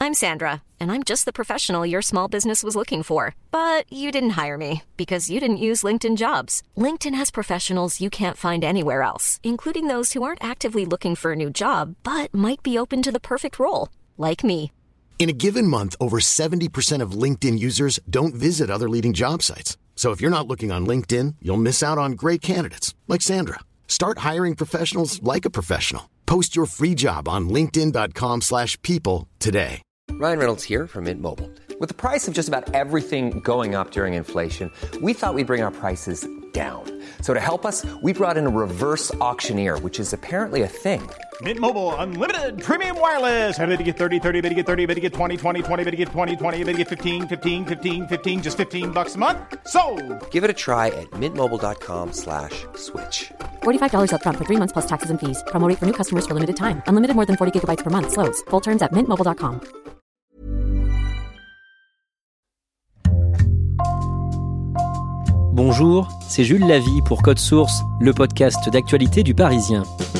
I'm Sandra, and I'm just the professional your small business was looking for. But you didn't hire me because you didn't use LinkedIn Jobs. LinkedIn has professionals you can't find anywhere else, including those who aren't actively looking for a new job, but might be open to the perfect role, like me. In a given month, over 70% of LinkedIn users don't visit other leading job sites. So if you're not looking on LinkedIn, you'll miss out on great candidates like Sandra. Start hiring professionals like a professional. Post your free job on linkedin.com/people today. Ryan Reynolds here from Mint Mobile. With the price of just about everything going up during inflation, we thought we'd bring our prices down. So to help us, we brought in a reverse auctioneer, which is apparently a thing. Mint Mobile Unlimited Premium Wireless. How to get 30, 30, how to get 30, how to get 20, 20, 20, how to get 20, 20, how to get 15, 15, 15, 15, just $15 a month? Sold! Give it a try at mintmobile.com/switch. $45 up front for 3 months plus taxes and fees. Promo rate for new customers for limited time. Unlimited more than 40 gigabytes per month. Slows full terms at mintmobile.com. Bonjour, c'est Jules Lavie pour Code Source, le podcast d'actualité du Parisien.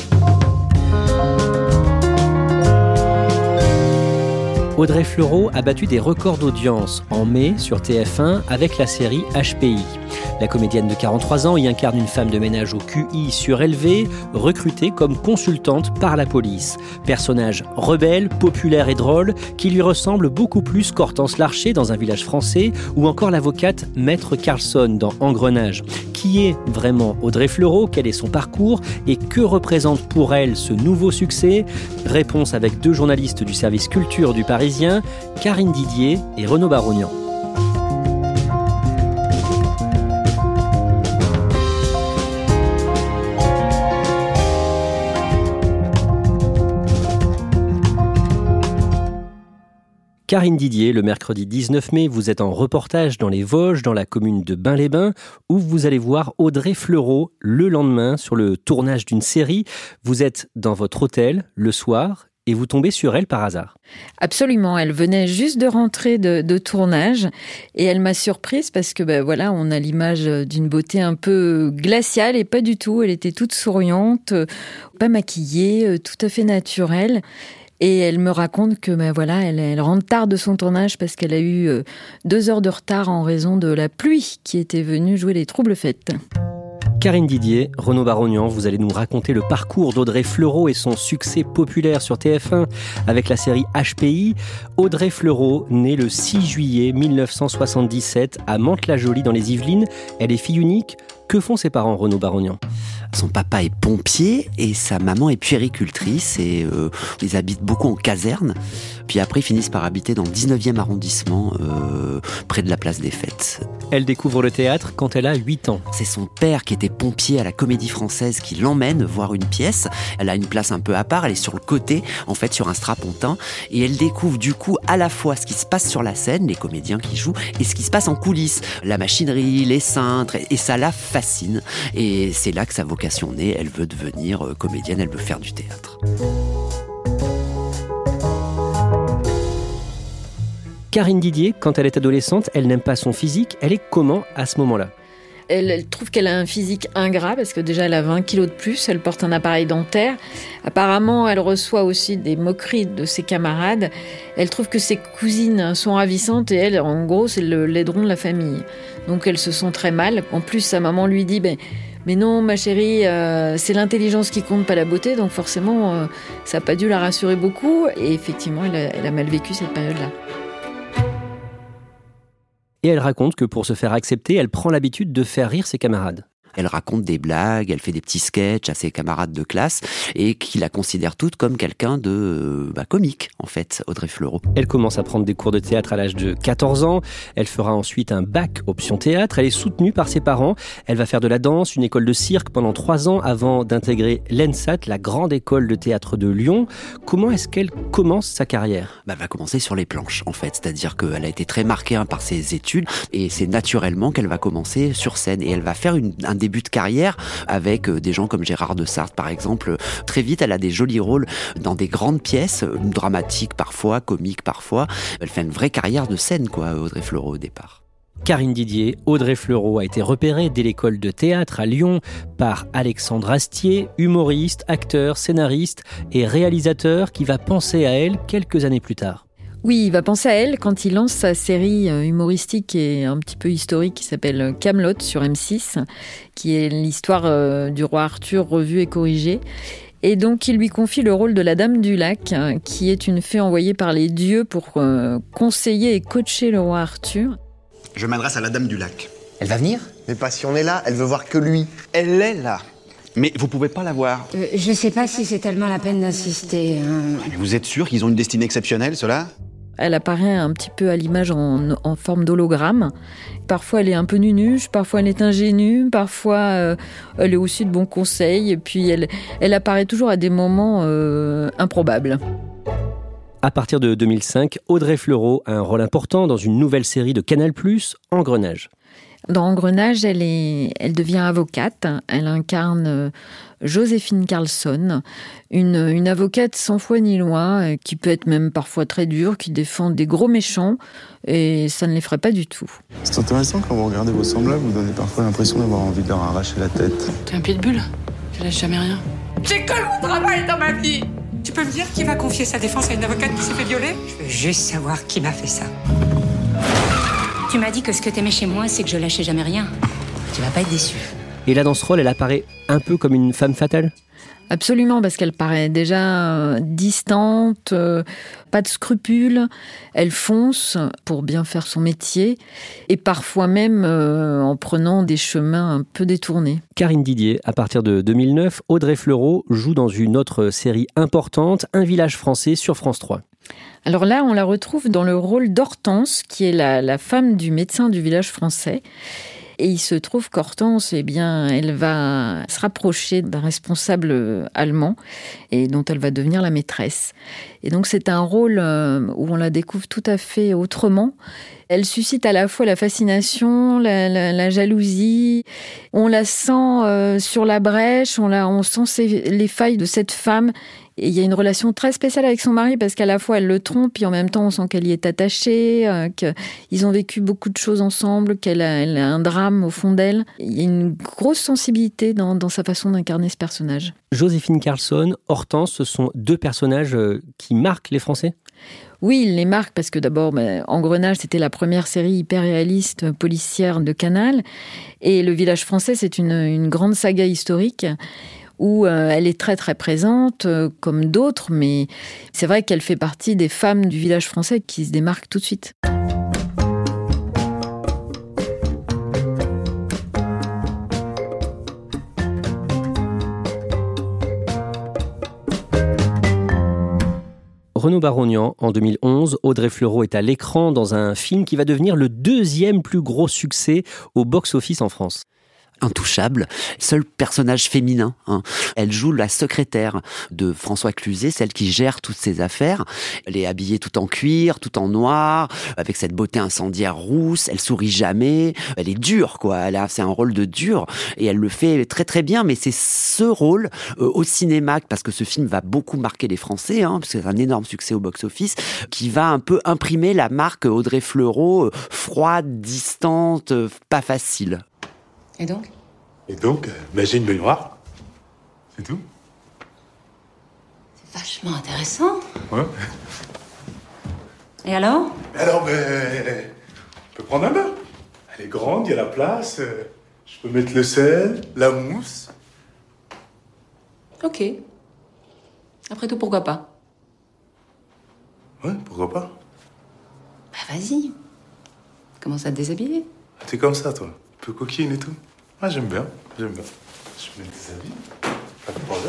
Audrey Fleurot a battu des records d'audience en mai sur TF1 avec la série HPI. La comédienne de 43 ans y incarne une femme de ménage au QI surélevé, recrutée comme consultante par la police. Personnage rebelle, populaire et drôle, qui lui ressemble beaucoup plus qu'Hortense Larcher dans Un village français ou encore l'avocate Maître Carlson dans Engrenage. Qui est vraiment Audrey Fleurot ? Quel est son parcours ? Et que représente pour elle ce nouveau succès ? Réponse avec 2 journalistes du service culture du Parisien, Karine Didier et Renaud Barognan. Karine Didier, le mercredi 19 mai, vous êtes en reportage dans les Vosges, dans la commune de Bain-les-Bains, où vous allez voir Audrey Fleurot le lendemain sur le tournage d'une série. Vous êtes dans votre hôtel le soir et vous tombez sur elle par hasard. Absolument, elle venait juste de rentrer de tournage et elle m'a surprise parce que voilà, on a l'image d'une beauté un peu glaciale et pas du tout. Elle était toute souriante, pas maquillée, tout à fait naturelle. Et elle me raconte que elle rentre tard de son tournage parce qu'elle a eu 2 heures de retard en raison de la pluie qui était venue jouer les troubles fêtes. Karine Didier, Renaud Barognan, vous allez nous raconter le parcours d'Audrey Fleurot et son succès populaire sur TF1 avec la série HPI. Audrey Fleurot, née le 6 juillet 1977 à Mantes-la-Jolie dans les Yvelines. Elle est fille unique. Que font ses parents, Renaud Barognan ? Son papa est pompier et sa maman est puéricultrice et ils habitent beaucoup en caserne. Puis après, ils finissent par habiter dans le 19e arrondissement, près de la place des Fêtes. Elle découvre le théâtre quand elle a 8 ans. C'est son père qui était pompier à la Comédie Française qui l'emmène voir une pièce. Elle a une place un peu à part, elle est sur le côté, en fait sur un strapontin. Et elle découvre du coup à la fois ce qui se passe sur la scène, les comédiens qui jouent, et ce qui se passe en coulisses. La machinerie, les cintres, et ça la fascine. Et c'est là que sa vocation naît, elle veut devenir comédienne, elle veut faire du théâtre. Karine Didier, quand elle est adolescente, elle n'aime pas son physique. Elle est comment à ce moment-là ? Elle trouve qu'elle a un physique ingrat parce que déjà elle a 20 kilos de plus, elle porte un appareil dentaire. Apparemment, elle reçoit aussi des moqueries de ses camarades. Elle trouve que ses cousines sont ravissantes et elle, en gros, c'est le laideron de la famille. Donc elle se sent très mal. En plus, sa maman lui dit mais non, ma chérie, c'est l'intelligence qui compte, pas la beauté. Donc forcément, ça n'a pas dû la rassurer beaucoup. Et effectivement, elle a mal vécu cette période-là. Et elle raconte que pour se faire accepter, elle prend l'habitude de faire rire ses camarades. Elle raconte des blagues, elle fait des petits sketchs à ses camarades de classe et qui la considèrent toutes comme quelqu'un de comique, en fait, Audrey Fleurot. Elle commence à prendre des cours de théâtre à l'âge de 14 ans. Elle fera ensuite un bac option théâtre. Elle est soutenue par ses parents. Elle va faire de la danse, une école de cirque pendant 3 ans avant d'intégrer l'ENSAT, la grande école de théâtre de Lyon. Comment est-ce qu'elle commence sa carrière ? Elle va commencer sur les planches, en fait. C'est-à-dire qu'elle a été très marquée par ses études et c'est naturellement qu'elle va commencer sur scène. Et elle va faire un début de carrière avec des gens comme Gérard Desarthe, par exemple. Très vite, elle a des jolis rôles dans des grandes pièces, dramatiques parfois, comiques parfois. Elle fait une vraie carrière de scène, Audrey Fleurot, au départ. Karine Didier, Audrey Fleurot a été repérée dès l'école de théâtre à Lyon par Alexandre Astier, humoriste, acteur, scénariste et réalisateur qui va penser à elle quelques années plus tard. Oui, il va penser à elle quand il lance sa série humoristique et un petit peu historique qui s'appelle Kaamelott sur M6, qui est l'histoire du roi Arthur revue et corrigée. Et donc, il lui confie le rôle de la Dame du Lac, qui est une fée envoyée par les dieux pour conseiller et coacher le roi Arthur. Je m'adresse à la Dame du Lac. Elle va venir? Mais pas si on est là, elle veut voir que lui. Elle est là. Mais vous pouvez pas la voir. Je sais pas si c'est tellement la peine d'insister. Mais vous êtes sûr qu'ils ont une destinée exceptionnelle, ceux-là? Elle apparaît un petit peu à l'image en forme d'hologramme. Parfois, elle est un peu nunuche, parfois elle est ingénue, parfois elle est aussi de bons conseils. Et puis, elle apparaît toujours à des moments improbables. À partir de 2005, Audrey Fleurot a un rôle important dans une nouvelle série de Canal+, Engrenage. Dans Engrenage, elle devient avocate. Elle incarne Joséphine Carlsson, une avocate sans foi ni loi, qui peut être même parfois très dure, qui défend des gros méchants, et ça ne l'effraie pas du tout. C'est intéressant quand vous regardez vos semblables, vous donnez parfois l'impression d'avoir envie de leur arracher la tête. T'es un pitbull, je lâche jamais rien. J'ai que mon travail dans ma vie. Tu peux me dire qui va confier sa défense à une avocate qui s'est fait violer? Je veux juste savoir qui m'a fait ça. Tu m'as dit que ce que t'aimais chez moi, c'est que je lâchais jamais rien. Tu vas pas être déçu. Et là, dans ce rôle, elle apparaît un peu comme une femme fatale? Absolument, parce qu'elle paraît déjà distante, pas de scrupules. Elle fonce pour bien faire son métier, et parfois même en prenant des chemins un peu détournés. Karine Didier, à partir de 2009, Audrey Fleurot joue dans une autre série importante, Un village français sur France 3. Alors là, on la retrouve dans le rôle d'Hortense, qui est la femme du médecin du village français. Et il se trouve qu'Hortense, elle va se rapprocher d'un responsable allemand et dont elle va devenir la maîtresse. Et donc c'est un rôle où on la découvre tout à fait autrement. Elle suscite à la fois la fascination, la jalousie. On la sent sur la brèche, on sent les failles de cette femme. Et il y a une relation très spéciale avec son mari parce qu'à la fois elle le trompe et en même temps on sent qu'elle y est attachée, qu'ils ont vécu beaucoup de choses ensemble, elle a un drame au fond d'elle. Il y a une grosse sensibilité dans sa façon d'incarner ce personnage. Joséphine Carlsson, Hortense, ce sont deux personnages qui marquent les Français? Oui, il les marque parce que d'abord, Engrenage, c'était la première série hyper réaliste policière de Canal. Et Le village français, c'est une grande saga historique où elle est très très présente, comme d'autres, mais c'est vrai qu'elle fait partie des femmes du village français qui se démarquent tout de suite. Renaud Barognan, en 2011, Audrey Fleurot est à l'écran dans un film qui va devenir le deuxième plus gros succès au box-office en France. Intouchable, seul personnage féminin. Elle joue la secrétaire de François Cluzet, celle qui gère toutes ses affaires. Elle est habillée tout en cuir, tout en noir, avec cette beauté incendiaire rousse. Elle sourit jamais. Elle est dure, quoi. C'est un rôle de dure et elle le fait très très bien. Mais c'est ce rôle au cinéma, parce que ce film va beaucoup marquer les Français, parce que c'est un énorme succès au box-office, qui va un peu imprimer la marque Audrey Fleurot, froide, distante, pas facile. Et donc, j'ai une baignoire. C'est tout. c'est vachement intéressant. Ouais. Et alors? On peut prendre un bain. Elle est grande, il y a la place. Je peux mettre le sel, la mousse. Ok. Après tout, pourquoi pas? Ouais, pourquoi pas? Bah vas-y. Commence à te déshabiller. T'es comme ça, toi. Un peu coquine et tout. Ah, j'aime bien. Je mets des habits. Pas de problème.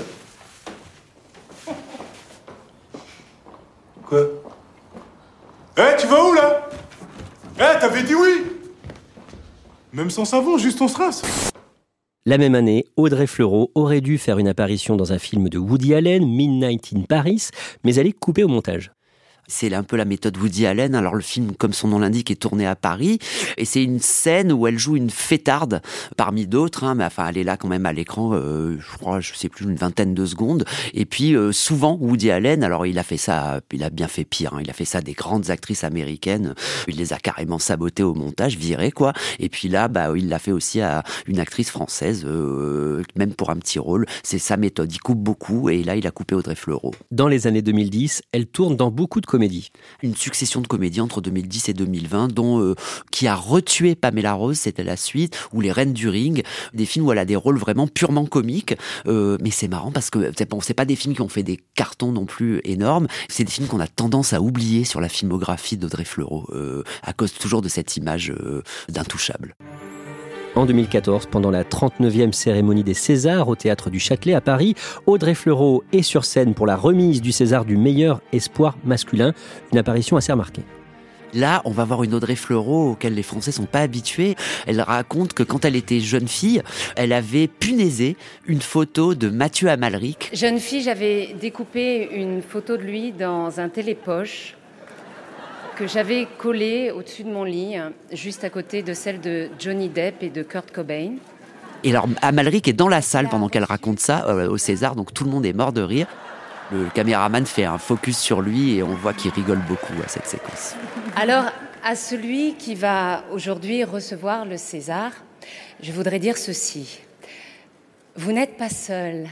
Quoi? Tu vas où, là? T'avais dit oui! Même sans savon, juste on se rince. La même année, Audrey Fleurot aurait dû faire une apparition dans un film de Woody Allen, Midnight in Paris, mais elle est coupée au montage. C'est un peu la méthode Woody Allen. Alors le film, comme son nom l'indique, est tourné à Paris. Et c'est une scène où elle joue une fêtarde parmi d'autres. Mais enfin, elle est là quand même à l'écran, je sais plus, une vingtaine de secondes. Et puis souvent, Woody Allen, alors il a fait ça, il a bien fait pire. Il a fait ça des grandes actrices américaines. Il les a carrément sabotées au montage, virées, quoi. Et puis là, il l'a fait aussi à une actrice française, même pour un petit rôle. C'est sa méthode. Il coupe beaucoup. Et là, il a coupé Audrey Fleurot. Dans les années 2010, elle tourne dans beaucoup de comédies comédies. Une succession de comédies entre 2010 et 2020, dont Qui a retué Pamela Rose, c'était la suite, ou Les Reines du Ring, des films où elle a des rôles vraiment purement comiques. Mais c'est marrant parce que c'est pas des films qui ont fait des cartons non plus énormes. C'est des films qu'on a tendance à oublier sur la filmographie d'Audrey Fleurot, à cause toujours de cette image d'intouchable. En 2014, pendant la 39e cérémonie des Césars au Théâtre du Châtelet à Paris, Audrey Fleurot est sur scène pour la remise du César du meilleur espoir masculin. Une apparition assez remarquée. Là, on va voir une Audrey Fleurot auquel les Français sont pas habitués. Elle raconte que quand elle était jeune fille, elle avait punaisé une photo de Mathieu Amalric. Jeune fille, j'avais découpé une photo de lui dans un télépoche que j'avais collée au-dessus de mon lit, juste à côté de celle de Johnny Depp et de Kurt Cobain. Et alors, Amalric est dans la salle pendant qu'elle raconte ça au César, donc tout le monde est mort de rire. Le caméraman fait un focus sur lui et on voit qu'il rigole beaucoup à cette séquence. Alors, à celui qui va aujourd'hui recevoir le César, je voudrais dire ceci. Vous n'êtes pas seul.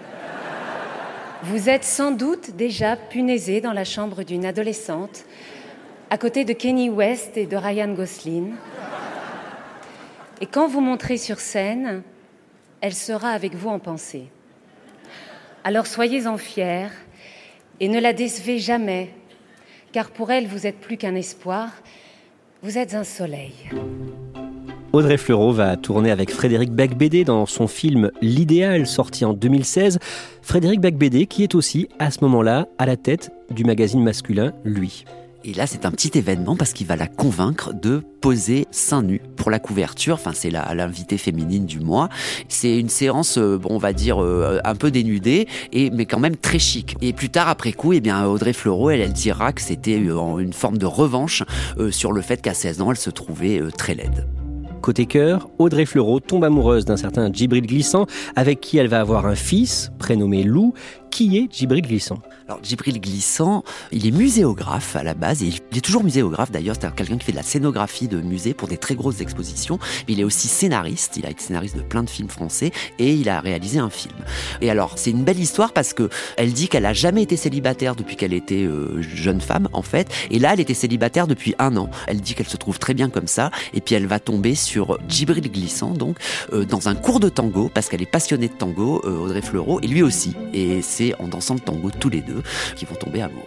Vous êtes sans doute déjà punaisé dans la chambre d'une adolescente, à côté de Kanye West et de Ryan Gosling. Et quand vous monterez sur scène, elle sera avec vous en pensée. Alors soyez-en fiers et ne la décevez jamais, car pour elle, vous êtes plus qu'un espoir, vous êtes un soleil. Audrey Fleurot va tourner avec Frédéric Beigbeder dans son film L'Idéal, sorti en 2016. Frédéric Beigbeder qui est aussi, à ce moment-là, à la tête du magazine masculin Lui. Et là, c'est un petit événement parce qu'il va la convaincre de poser seins nus pour la couverture. Enfin, c'est l'invitée féminine du mois. C'est une séance, on va dire, un peu dénudée, mais quand même très chic. Et plus tard, après coup, Audrey Fleurot, elle dira que c'était une forme de revanche sur le fait qu'à 16 ans, elle se trouvait très laide. Côté cœur, Audrey Fleurot tombe amoureuse d'un certain Djibril Glissant, avec qui elle va avoir un fils, prénommé Lou. Qui est Djibril Glissant ? Alors Djibril Glissant, il est muséographe à la base, et il est toujours muséographe d'ailleurs, c'est quelqu'un qui fait de la scénographie de musée pour des très grosses expositions, mais il est aussi scénariste, il a été scénariste de plein de films français, et il a réalisé un film. Et alors, c'est une belle histoire parce que elle dit qu'elle a jamais été célibataire depuis qu'elle était jeune femme, en fait, et là, elle était célibataire depuis 1 an. Elle dit qu'elle se trouve très bien comme ça, et puis elle va tomber sur Djibril Glissant, donc, dans un cours de tango, parce qu'elle est passionnée de tango, Audrey Fleurot, et lui aussi. Et c'est en dansant le tango tous les deux qui vont tomber amoureux.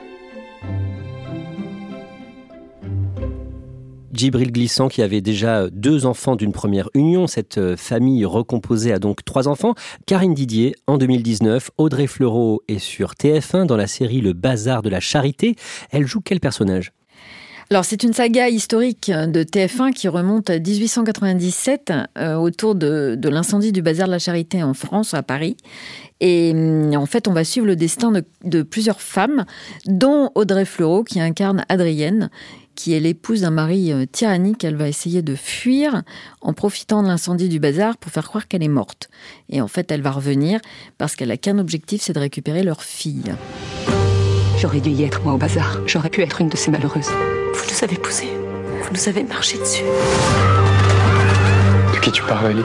Djibril Glissant qui avait déjà 2 enfants d'une première union. Cette famille recomposée a donc 3 enfants. Karine Didier, en 2019, Audrey Fleurot est sur TF1 dans la série Le Bazar de la Charité. Elle joue quel personnage ? Alors, c'est une saga historique de TF1 qui remonte à 1897 autour de l'incendie du Bazar de la Charité en France, à Paris. Et en fait, on va suivre le destin de plusieurs femmes, dont Audrey Fleurot, qui incarne Adrienne, qui est l'épouse d'un mari tyrannique. Elle va essayer de fuir en profitant de l'incendie du bazar pour faire croire qu'elle est morte. Et en fait, elle va revenir parce qu'elle n'a qu'un objectif, c'est de récupérer leur fille. J'aurais dû y être, moi, au bazar. J'aurais pu être une de ces malheureuses. Vous nous avez poussés. Vous nous avez marché dessus. De qui tu parles, Alice ?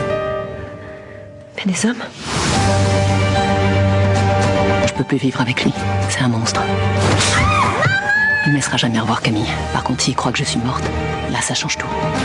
Mais des hommes. Je peux plus vivre avec lui. C'est un monstre. Il ne me laissera jamais revoir Camille. Par contre, s'il croit que je suis morte, là, ça change tout.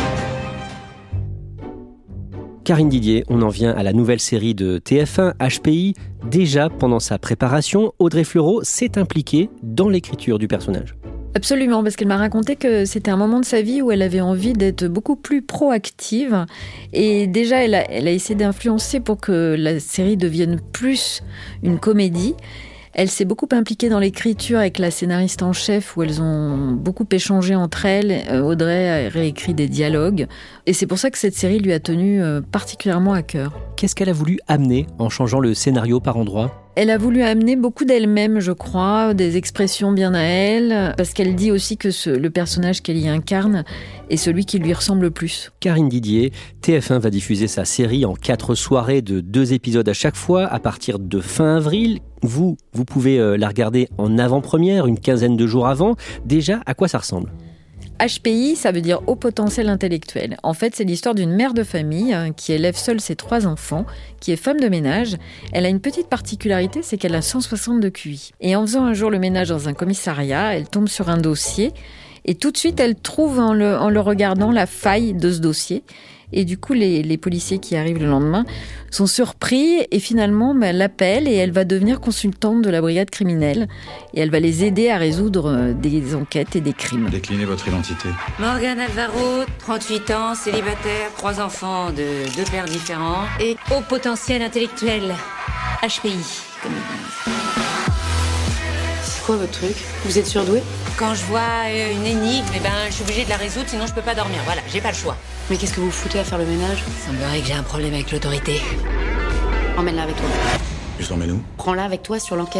Karine Didier, on en vient à la nouvelle série de TF1, HPI. Déjà, pendant sa préparation, Audrey Fleurot s'est impliquée dans l'écriture du personnage. Absolument, parce qu'elle m'a raconté que c'était un moment de sa vie où elle avait envie d'être beaucoup plus proactive. Et déjà, elle a essayé d'influencer pour que la série devienne plus une comédie. Elle s'est beaucoup impliquée dans l'écriture avec la scénariste en chef, où elles ont beaucoup échangé entre elles. Audrey a réécrit des dialogues. Et c'est pour ça que cette série lui a tenu particulièrement à cœur. Qu'est-ce qu'elle a voulu amener en changeant le scénario par endroits ? Elle a voulu amener beaucoup d'elle-même, je crois, des expressions bien à elle, parce qu'elle dit aussi que le personnage qu'elle y incarne est celui qui lui ressemble le plus. Karine Didier, TF1 va diffuser sa série en 4 soirées de 2 épisodes à chaque fois, à partir de fin avril. Vous pouvez la regarder en avant-première, une quinzaine de jours avant. Déjà, à quoi ça ressemble ? HPI, ça veut dire haut potentiel intellectuel. En fait, c'est l'histoire d'une mère de famille qui élève seule ses 3 enfants, qui est femme de ménage. Elle a une petite particularité, c'est qu'elle a 160 de QI. Et en faisant un jour le ménage dans un commissariat, elle tombe sur un dossier et tout de suite, elle trouve en le regardant la faille de ce dossier. Et du coup, les policiers qui arrivent le lendemain sont surpris et finalement elle l'appelle et elle va devenir consultante de la brigade criminelle. Et elle va les aider à résoudre des enquêtes et des crimes. Déclinez votre identité. Morgane Alvaro, 38 ans, célibataire, 3 enfants de 2 pères différents et haut potentiel intellectuel. HPI, comme ils disent. C'est quoi votre truc? Vous êtes surdoué? Quand je vois une énigme, je suis obligée de la résoudre, sinon je peux pas dormir. Voilà, j'ai pas le choix. Mais qu'est-ce que vous foutez à faire le ménage? Il semblerait que j'ai un problème avec l'autorité. Emmène-la avec toi. Juste emmène où? Prends-la avec toi sur l'enquête.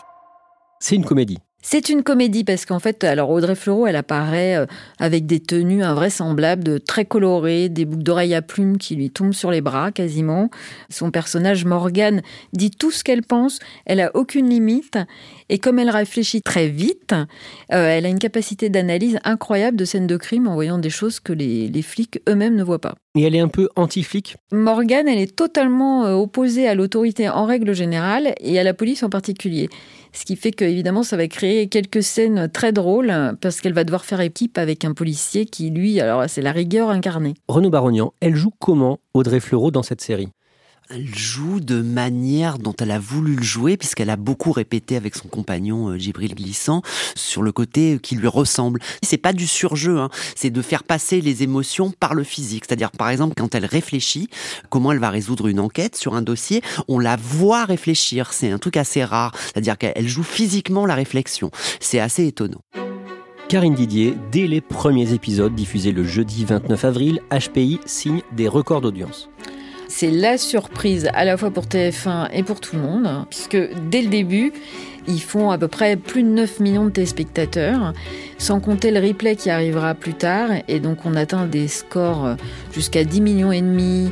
C'est une comédie. C'est une comédie parce qu'en fait, alors Audrey Fleurot, elle apparaît avec des tenues invraisemblables, très colorées, des boucles d'oreilles à plumes qui lui tombent sur les bras quasiment. Son personnage Morgane dit tout ce qu'elle pense, elle a aucune limite et comme elle réfléchit très vite, elle a une capacité d'analyse incroyable de scènes de crime en voyant des choses que les flics eux-mêmes ne voient pas. Et elle est un peu anti-flic. Morgane, elle est totalement opposée à l'autorité en règle générale et à la police en particulier. Ce qui fait qu'évidemment, ça va créer quelques scènes très drôles parce qu'elle va devoir faire équipe avec un policier qui, lui, alors c'est la rigueur incarnée. Renaud Barognan, elle joue comment Audrey Fleurot dans cette série ? Elle joue de manière dont elle a voulu le jouer, puisqu'elle a beaucoup répété avec son compagnon Djibril Glissant sur le côté qui lui ressemble. C'est pas du surjeu, c'est de faire passer les émotions par le physique. C'est-à-dire, par exemple, quand elle réfléchit, comment elle va résoudre une enquête sur un dossier, on la voit réfléchir. C'est un truc assez rare. C'est-à-dire qu'elle joue physiquement la réflexion. C'est assez étonnant. Karine Didier, dès les premiers épisodes diffusés le jeudi 29 avril, HPI signe des records d'audience. C'est la surprise à la fois pour TF1 et pour tout le monde, puisque dès le début, ils font à peu près plus de 9 millions de téléspectateurs, sans compter le replay qui arrivera plus tard. Et donc on atteint des scores jusqu'à 10 millions et demi,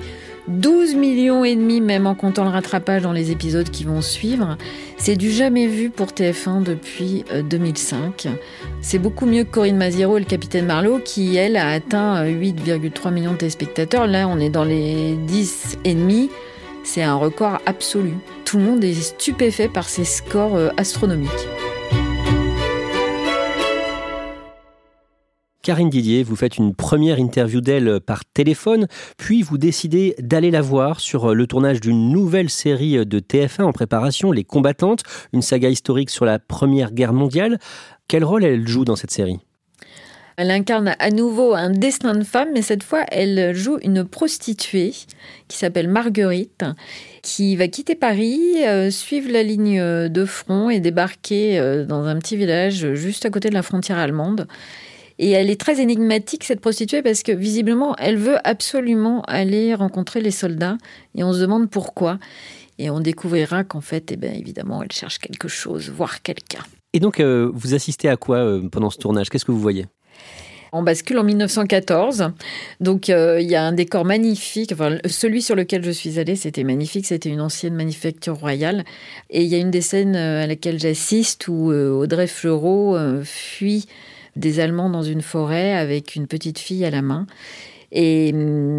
12 millions et demi même en comptant le rattrapage dans les épisodes qui vont suivre. C'est du jamais vu pour TF1 depuis 2005. C'est beaucoup mieux que Corinne Maziero et le Capitaine Marlowe qui, elle, a atteint 8,3 millions de téléspectateurs. Là, on est dans les 10 et demi. C'est un record absolu. Tout le monde est stupéfait par ces scores astronomiques. Karine Didier, vous faites une première interview d'elle par téléphone, puis vous décidez d'aller la voir sur le tournage d'une nouvelle série de TF1 en préparation, Les Combattantes, une saga historique sur la Première Guerre mondiale. Quel rôle elle joue dans cette série ? Elle incarne à nouveau un destin de femme, mais cette fois, elle joue une prostituée qui s'appelle Marguerite, qui va quitter Paris, suivre la ligne de front et débarquer dans un petit village juste à côté de la frontière allemande. Et elle est très énigmatique, cette prostituée, parce que visiblement, elle veut absolument aller rencontrer les soldats. Et on se demande pourquoi. Et on découvrira qu'en fait, évidemment, elle cherche quelque chose, voire quelqu'un. Et donc, vous assistez à quoi pendant ce tournage ? Qu'est-ce que vous voyez ? On bascule en 1914, donc il y a un décor magnifique. Enfin, celui sur lequel je suis allée, c'était magnifique. C'était une ancienne manufacture royale. Et il y a une des scènes à laquelle j'assiste où Audrey Fleurot fuit des Allemands dans une forêt avec une petite fille à la main. Et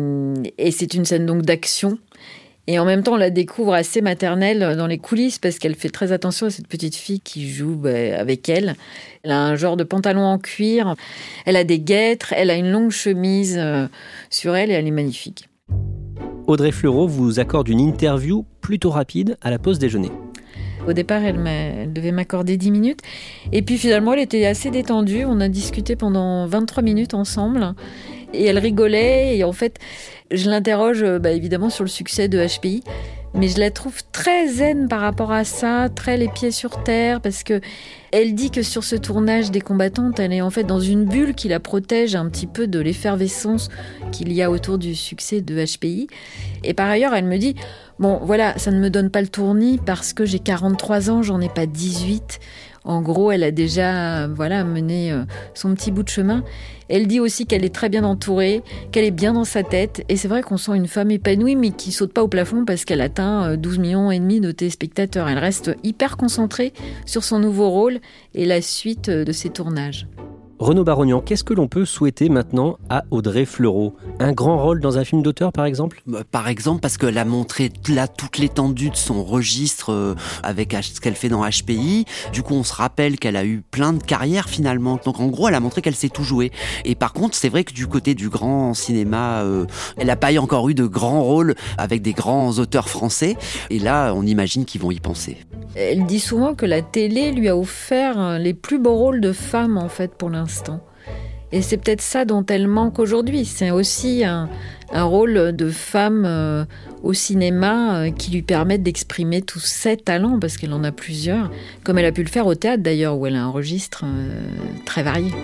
c'est une scène donc d'action. Et en même temps, on la découvre assez maternelle dans les coulisses parce qu'elle fait très attention à cette petite fille qui joue avec elle. Elle a un genre de pantalon en cuir, elle a des guêtres, elle a une longue chemise sur elle et elle est magnifique. Audrey Fleurot vous accorde une interview plutôt rapide à la pause déjeuner. Au départ, elle devait m'accorder 10 minutes. Et puis finalement, elle était assez détendue. On a discuté pendant 23 minutes ensemble. Et elle rigolait. Et en fait, je l'interroge évidemment sur le succès de HPI. Mais je la trouve très zen par rapport à ça, très les pieds sur terre. Parce que elle dit que sur ce tournage des Combattantes, elle est en fait dans une bulle qui la protège un petit peu de l'effervescence qu'il y a autour du succès de HPI. Et par ailleurs, elle me dit... Bon, voilà, ça ne me donne pas le tournis parce que j'ai 43 ans, j'en ai pas 18. En gros, elle a déjà mené son petit bout de chemin. Elle dit aussi qu'elle est très bien entourée, qu'elle est bien dans sa tête. Et c'est vrai qu'on sent une femme épanouie, mais qui saute pas au plafond parce qu'elle atteint 12 millions et demi de téléspectateurs. Elle reste hyper concentrée sur son nouveau rôle et la suite de ses tournages. Renaud Barognan, qu'est-ce que l'on peut souhaiter maintenant à Audrey Fleurot ? Un grand rôle dans un film d'auteur, par exemple ? Par exemple, parce qu'elle a montré là toute l'étendue de son registre avec ce qu'elle fait dans HPI. Du coup, on se rappelle qu'elle a eu plein de carrières finalement. Donc en gros, elle a montré qu'elle sait tout jouer. Et par contre, c'est vrai que du côté du grand cinéma, elle n'a pas encore eu de grands rôles avec des grands auteurs français. Et là, on imagine qu'ils vont y penser. Elle dit souvent que la télé lui a offert les plus beaux rôles de femme, en fait, pour l'instant. Et c'est peut-être ça dont elle manque aujourd'hui. C'est aussi un rôle de femme au cinéma qui lui permettent d'exprimer tous ses talents, parce qu'elle en a plusieurs, comme elle a pu le faire au théâtre d'ailleurs, où elle a un registre très varié.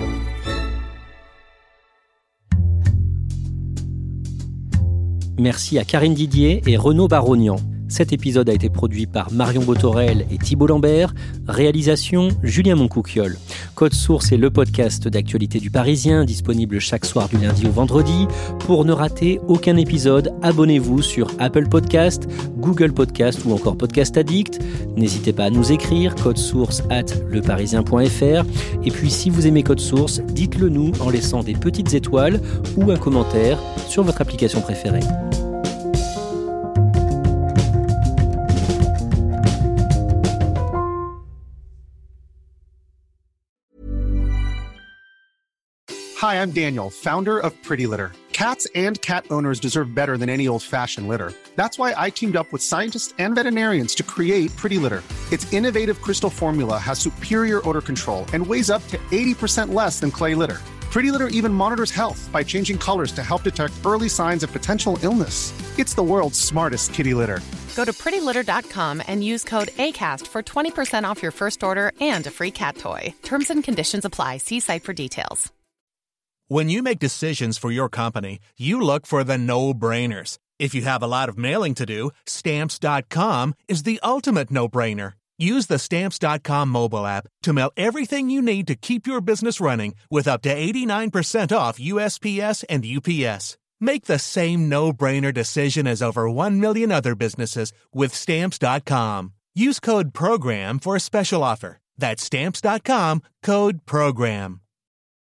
Merci à Karine Didier et Renaud Barognan. Cet épisode a été produit par Marion Botorel et Thibault Lambert. Réalisation, Julien Moncouquiol. Code Source est le podcast d'actualité du Parisien, disponible chaque soir du lundi au vendredi. Pour ne rater aucun épisode, abonnez-vous sur Apple Podcast, Google Podcast ou encore Podcast Addict. N'hésitez pas à nous écrire, codesource@leparisien.fr. Et puis si vous aimez Code Source, dites-le nous en laissant des petites étoiles ou un commentaire sur votre application préférée. Hi, I'm Daniel, founder of Pretty Litter. Cats and cat owners deserve better than any old-fashioned litter. That's why I teamed up with scientists and veterinarians to create Pretty Litter. Its innovative crystal formula has superior odor control and weighs up to 80% less than clay litter. Pretty Litter even monitors health by changing colors to help detect early signs of potential illness. It's the world's smartest kitty litter. Go to prettylitter.com and use code ACAST for 20% off your first order and a free cat toy. Terms and conditions apply. See site for details. When you make decisions for your company, you look for the no-brainers. If you have a lot of mailing to do, Stamps.com is the ultimate no-brainer. Use the Stamps.com mobile app to mail everything you need to keep your business running with up to 89% off USPS and UPS. Make the same no-brainer decision as over 1 million other businesses with Stamps.com. Use code PROGRAM for a special offer. That's Stamps.com, code PROGRAM.